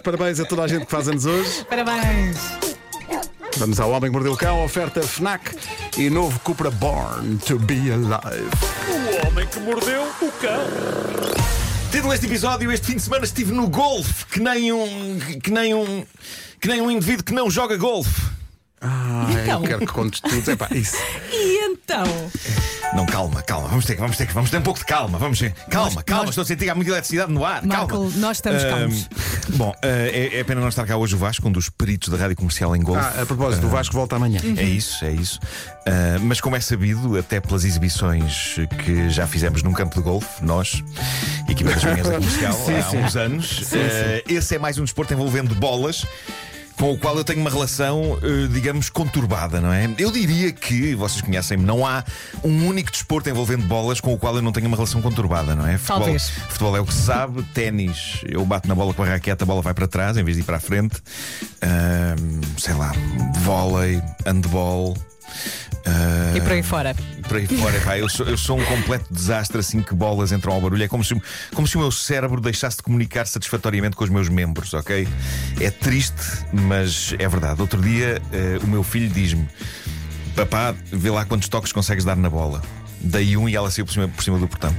Parabéns a toda a gente que faz anos hoje. Parabéns. Vamos ao Homem que Mordeu o Cão, oferta FNAC e novo Cupra Born to be Alive. O Homem que Mordeu o Cão. Título deste episódio: este fim de semana estive no golfe, que nem um indivíduo que não joga golfe. Então? Eu quero que contes tudo. Epá, isso. E então? Não, calma, vamos ter um pouco de calma. Calma, estou a sentir que há muita eletricidade no ar. Marco, Calma. nós estamos calmos. Bom, é pena não estar cá hoje o Vasco, um dos peritos da rádio comercial em golfe. A propósito, o Vasco volta amanhã. É isso. Mas como é sabido, até pelas exibições que já fizemos num campo de golfe, nós, equipa das manhãs da comercial, há uns anos, esse é mais um desporto envolvendo bolas, com o qual eu tenho uma relação, digamos, conturbada, não é? Eu diria que, vocês conhecem-me, não há um único desporto envolvendo bolas com o qual eu não tenho uma relação conturbada, não é? Talvez. Futebol é o que se sabe, ténis, eu bato na bola com a raquete, a bola vai para trás em vez de ir para a frente. Sei lá, vôlei, handball. E por aí fora. Pá, eu sou um completo desastre assim que bolas entram ao barulho. É como se o meu cérebro deixasse de comunicar satisfatoriamente com os meus membros, ok? É triste, mas é verdade. Outro dia o meu filho diz-me: papá, vê lá quantos toques consegues dar na bola. Dei um e ela saiu por cima do portão.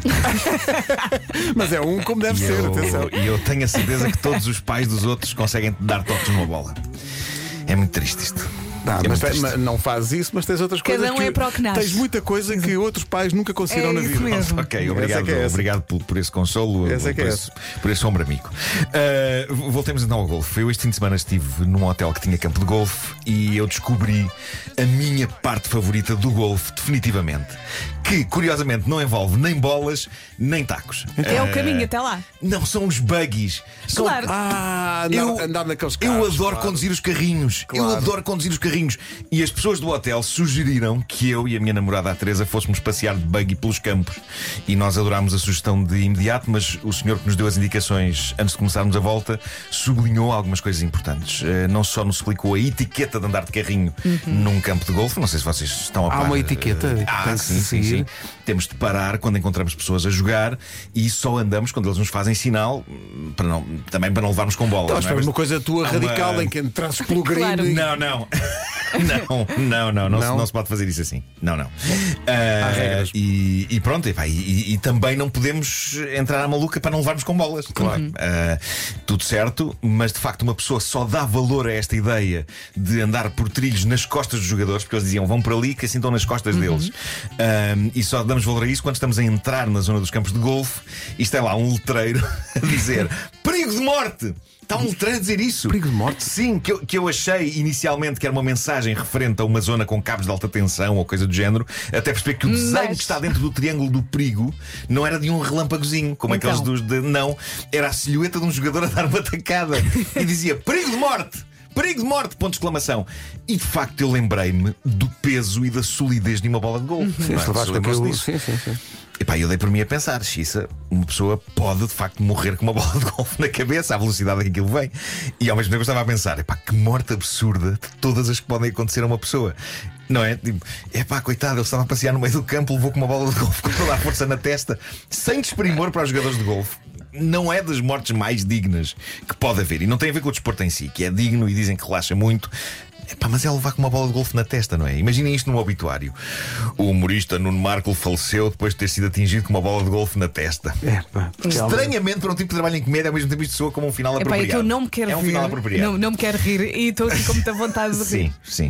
Mas é um como deve ser, atenção. E eu tenho a certeza que todos os pais dos outros conseguem dar toques numa bola. É muito triste isto. Mas não fazes isso, mas tens outras coisas. Cada um é para o que nasce. Tens muita coisa que outros pais nunca conseguiram na isso vida. mesmo. Ok, obrigado por esse consolo, por esse ombro amigo. Voltemos então ao golfe. Eu este fim de semana estive num hotel que tinha campo de golfe e eu descobri a minha parte favorita do golfe, definitivamente. Que, curiosamente, não envolve nem bolas, nem tacos. É o caminho até lá. Não, são os buggies. Claro. Andar naqueles carros. Eu adoro conduzir os carrinhos. Claro. Eu adoro conduzir os carrinhos. E as pessoas do hotel sugeriram que eu e a minha namorada, a Teresa, fôssemos passear de buggy pelos campos. E nós adorámos a sugestão de imediato, mas o senhor que nos deu as indicações antes de começarmos a volta sublinhou algumas coisas importantes. Não só nos explicou a etiqueta de andar de carrinho num campo de golfe. Não sei se vocês estão a par. Há uma etiqueta. Sim. Temos de parar quando encontramos pessoas a jogar e só andamos quando eles nos fazem sinal, também para não levarmos com bola. Então, uma coisa tua radical em que entrasses pelo green. Claro. Não se pode fazer isso assim. Não. Há regras. E pronto, e também não podemos entrar à maluca para não levarmos com bolas. Claro. Tudo certo, mas de facto uma pessoa só dá valor a esta ideia de andar por trilhos nas costas dos jogadores, porque eles diziam vão por ali que assim estão nas costas deles. E só damos valor a isso quando estamos a entrar na zona dos campos de golfe e está lá um letreiro a dizer perigo de morte. Está um letreiro a dizer isso. Perigo de morte? Sim, que eu achei inicialmente que era uma mensagem referente a uma zona com cabos de alta tensão ou coisa do género, até perceber que o desenho que está dentro do triângulo do perigo não era de um relâmpagozinho, como aqueles não, era a silhueta de um jogador a dar uma tacada e dizia perigo de morte! Perigo de morte! Ponto de exclamação. E de facto eu lembrei-me do peso e da solidez de uma bola de golfe. Sim. Epá, eu dei por mim a pensar, xiça, uma pessoa pode de facto morrer com uma bola de golfe na cabeça, à velocidade que aquilo vem. E ao mesmo tempo eu estava a pensar, epá, que morte absurda de todas as que podem acontecer a uma pessoa. Não é? Tipo, epá, coitado, ele estava a passear no meio do campo, levou com uma bola de golfe com toda a força na testa, sem desprimor para os jogadores de golfe. Não é das mortes mais dignas que pode haver. E não tem a ver com o desporto em si, que é digno e dizem que relaxa muito. Epá, mas é levar com uma bola de golfe na testa, não é? Imaginem isto num obituário. O humorista Nuno Marco faleceu depois de ter sido atingido com uma bola de golfe na testa. Estranhamente, para um tipo de trabalho em comédia, ao mesmo tempo isto soa como um final apropriado. É que eu não me quero rir. Final apropriado. Não me quero rir e estou aqui com muita vontade de rir. Sim.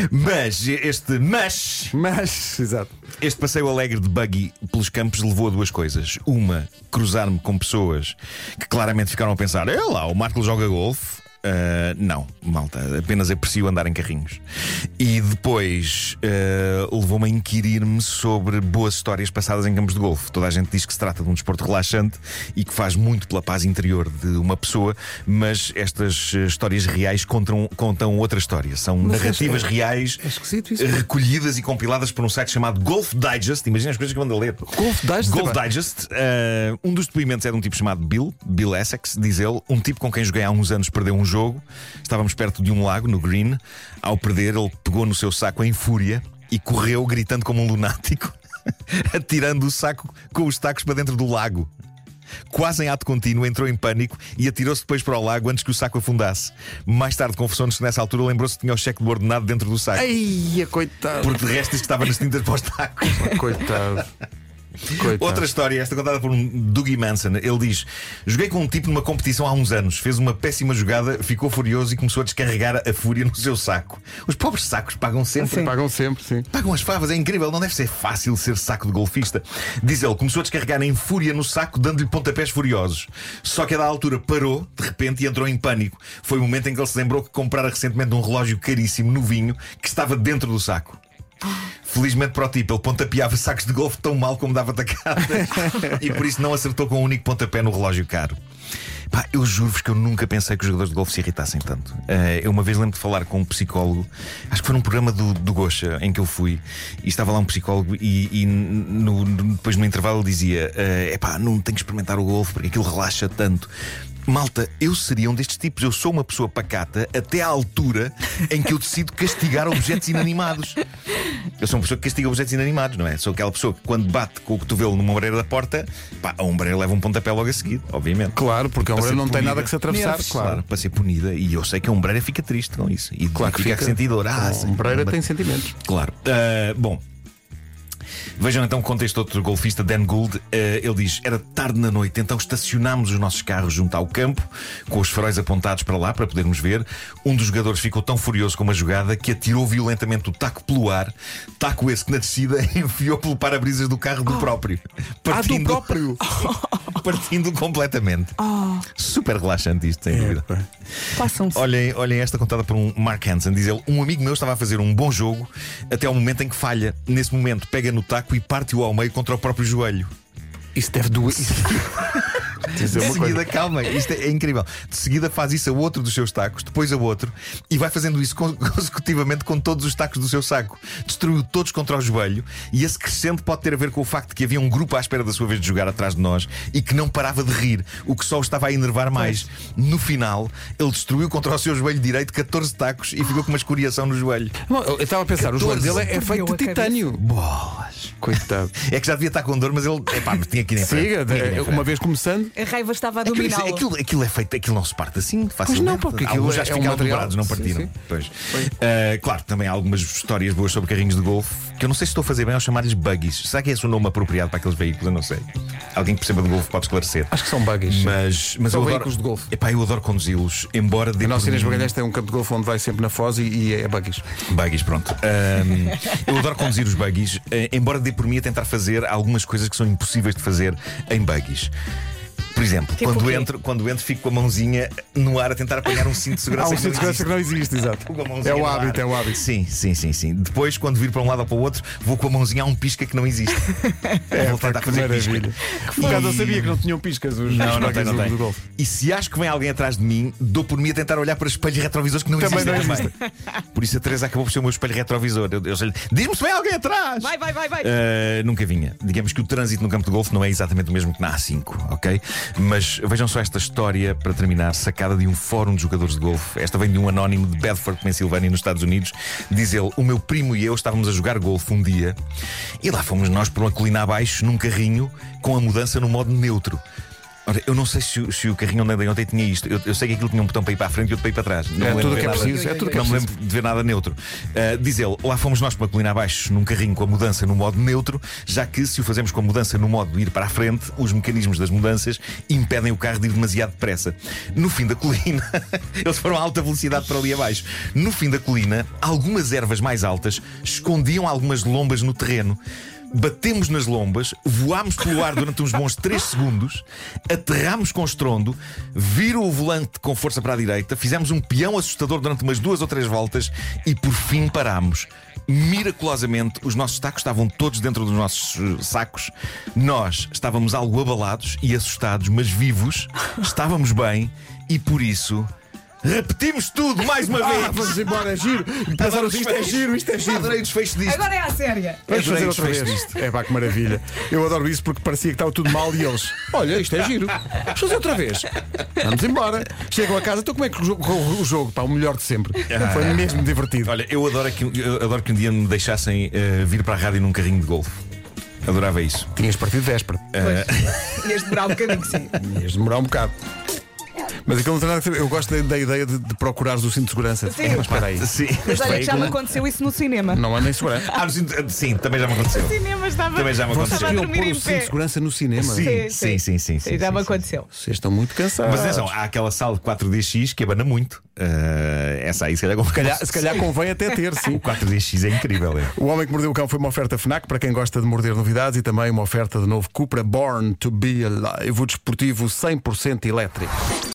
Mas, exato. este passeio alegre de buggy pelos campos levou a duas coisas. Uma, cruzar-me com pessoas que claramente ficaram a pensar: é lá, o Marco joga golfe. Não, malta, apenas aprecio andar em carrinhos. E depois levou-me a inquirir-me sobre boas histórias passadas em campos de golfe. Toda a gente diz que se trata de um desporto relaxante e que faz muito pela paz interior de uma pessoa, mas estas histórias reais contam outra história. São narrativas reais recolhidas e compiladas por um site chamado Golf Digest. Imagina as coisas que eu ando a ler. Golf Digest. Um dos depoimentos é de um tipo chamado Bill Essex, diz ele, um tipo com quem joguei há uns anos perdeu um jogo. Estávamos perto de um lago, no green. Ao perder, ele pegou no seu saco em fúria e correu gritando como um lunático, atirando o saco com os tacos para dentro do lago. quase em ato contínuo, entrou em pânico e atirou-se depois para o lago antes que o saco afundasse. Mais tarde confessou-nos que nessa altura lembrou-se que tinha o cheque do ordenado dentro do saco. Ai, coitado. Porque de resto diz que estava nas tintas para os tacos. Coitado. Coitado. Outra história, esta contada por um Dougie Manson. Ele diz: joguei com um tipo numa competição há uns anos, fez uma péssima jogada, ficou furioso e começou a descarregar a fúria no seu saco. Os pobres sacos pagam sempre. Sim. Pagam sempre, sim. Pagam as favas, é incrível, não deve ser fácil ser saco de golfista. Diz ele, começou a descarregar em fúria no saco, dando-lhe pontapés furiosos. Só que a da altura parou, de repente, e entrou em pânico. Foi o momento em que ele se lembrou que comprara recentemente um relógio caríssimo, novinho, que estava dentro do saco. Felizmente para o tipo, ele pontapeava sacos de golfe tão mal como dava tacadas e por isso não acertou com um único pontapé no relógio caro. Pá, eu juro-vos que eu nunca pensei que os jogadores de golfe se irritassem tanto. Eu uma vez lembro de falar com um psicólogo, acho que foi num programa do Gosha em que eu fui, e estava lá um psicólogo e depois no intervalo ele dizia: epá, não tenho que experimentar o golfe porque aquilo relaxa tanto. Malta, eu seria um destes tipos. Eu sou uma pessoa pacata até à altura em que eu decido castigar objetos inanimados. Eu sou uma pessoa que castiga objetos inanimados, não é? Sou aquela pessoa que quando bate com o cotovelo numa ombreira da porta, pá, a ombreira leva um pontapé logo a seguir, obviamente. Claro, porque a ombreira não tem nada que se atravessar. Nervos. Claro. Para ser punida. E eu sei que a ombreira fica triste com isso. E Claro que fica a sentir dor. A ombreira tem sentimentos. Claro. Bom. Vejam então o contexto de outro golfista, Dan Gould. Ele diz: era tarde na noite, então estacionámos os nossos carros junto ao campo, com os faróis apontados para lá para podermos ver. Um dos jogadores ficou tão furioso com uma jogada que atirou violentamente o taco pelo ar. Taco esse que na descida enfiou pelo para-brisas do carro do próprio. Do próprio? Partindo completamente. Super relaxante isto, sem dúvida. Passam-se. Olhem esta contada por um Mark Hansen. Diz ele: um amigo meu estava a fazer um bom jogo até ao momento em que falha. Nesse momento pega no taco e parte-o ao meio contra o próprio joelho. Isso deve doer. De seguida, calma, isto é incrível. De seguida faz isso a outro dos seus tacos, depois a outro, e vai fazendo isso consecutivamente com todos os tacos do seu saco. Destruiu todos contra o joelho. E esse crescente pode ter a ver com o facto de que havia um grupo à espera da sua vez de jogar atrás de nós e que não parava de rir, o que só o estava a enervar mais. No final, ele destruiu contra o seu joelho direito 14 tacos e ficou com uma escoriação no joelho. Eu estava a pensar, o joelho dele é feito de titânio. Bolas. Coitado. É que já devia estar com dor, mas ele tinha que ir em frente. Siga, Tinha que ir em frente. uma vez começando. A raiva estava a dominá-lo. Aquilo é feito, aquilo não se parte assim facilmente. não, porque aquilo alguns já é um ficaram material. dobrados, não partiram. Sim. Pois. Claro, também há algumas histórias boas sobre carrinhos de golfe que eu não sei se estou a fazer bem ao chamar-lhes buggies. Será que é esse o nome apropriado para aqueles veículos? Eu não sei. Alguém que perceba de golfe pode esclarecer. Acho que são buggies. Mas São eu veículos adoro, de golfe. epá, eu adoro conduzi-los, embora dê A nossa por Inês mim- Magalhães tem um campo de golfe onde vai sempre na Foz e é buggies. Buggies, pronto. Eu adoro conduzir os buggies, embora dê por mim a tentar fazer algumas coisas que são impossíveis de fazer em buggies. Por exemplo, Tipo o quê? quando entro, fico com a mãozinha no ar a tentar apanhar um cinto de Há segurança. um que cinto de segurança que não existe, exato. Com a mãozinha É o no hábito, ar. é o hábito. Sim. Depois, quando vir para um lado ou para o outro, vou com a mãozinha a um pisca que não existe. Vou tentar que fazer pisca. maravilha. Por acaso eu sabia que não tinham piscas os Não buggies tem. do golfe. E se acho que vem alguém atrás de mim, dou por mim a tentar olhar para espelhos retrovisores que não Também existem não também. Por isso a Teresa acabou por ser o meu espelho retrovisor. Eu sei-lhe, diz-me se vem alguém atrás! Vai. Nunca vinha. Digamos que o trânsito no campo de golfe não é exatamente o mesmo que na A5, ok? Mas vejam só esta história para terminar, sacada de um fórum de jogadores de golfe. Esta vem de um anónimo de Bedford, Pensilvânia, nos Estados Unidos. Diz ele: o meu primo e eu estávamos a jogar golfe um dia e lá fomos nós por uma colina abaixo num carrinho com a mudança no modo neutro. Ora, eu não sei se o carrinho onde andei ontem tinha isto. Eu sei que aquilo tinha um botão para ir para a frente e outro para ir para trás. Não me lembro tudo de que é ver preciso, nada- é tudo que é Não me preciso. lembro de ver nada neutro. Diz ele: lá fomos nós para a colina abaixo num carrinho com a mudança no modo neutro, já que se o fazemos com a mudança no modo de ir para a frente, os mecanismos das mudanças impedem o carro de ir demasiado depressa. No fim da colina, eles foram a alta velocidade para ali abaixo. No fim da colina, algumas ervas mais altas escondiam algumas lombas no terreno. Batemos nas lombas, voámos pelo ar durante uns bons 3 segundos, aterrámos com estrondo, virou o volante com força para a direita, fizemos um peão assustador durante umas 2 ou 3 voltas e por fim parámos. Miraculosamente, os nossos tacos estavam todos dentro dos nossos sacos. Nós estávamos algo abalados e assustados, mas vivos, estávamos bem e por isso repetimos tudo mais uma vez. Vamos embora, é giro. E pensaram, isto é giro, isto é giro. Adorei o desfecho disto. Agora é a séria. Vamos fazer Adorei outra o desfecho vez. disto. É pá, que maravilha. Eu adoro isso porque parecia que estava tudo mal e eles: olha, isto é giro. Vamos fazer outra vez. Vamos embora. Chegam a casa, então como é que o jogo? Pá, o melhor de sempre. Foi mesmo divertido. Olha, eu adoro que um dia me deixassem vir para a rádio num carrinho de golfe. Adorava isso. Tinhas partido de véspera. Ias demorar um bocadinho, sim. Ias demorar um bocado. Mas aquilo não tem nada a ver. Eu gosto da ideia de procurares o cinto de segurança. Sim. Mas espera aí. Sim. Mas olha que já me aconteceu isso no cinema. Não anda em segurança. Sim, também já me aconteceu. No cinema estava. Também já me Vocês aconteceu. Estava a queriam dormir pôr o em cinto pé. de segurança no cinema? Sim. Já me aconteceu. Vocês estão muito cansados. Mas atenção, há aquela sala de 4DX que abana muito. Essa aí, se Se calhar convém até ter, sim. O 4DX é incrível. O Homem que Mordeu o Cão foi uma oferta FNAC para quem gosta de morder novidades e também uma oferta de novo Cupra Born to be Alive, o desportivo 100% elétrico.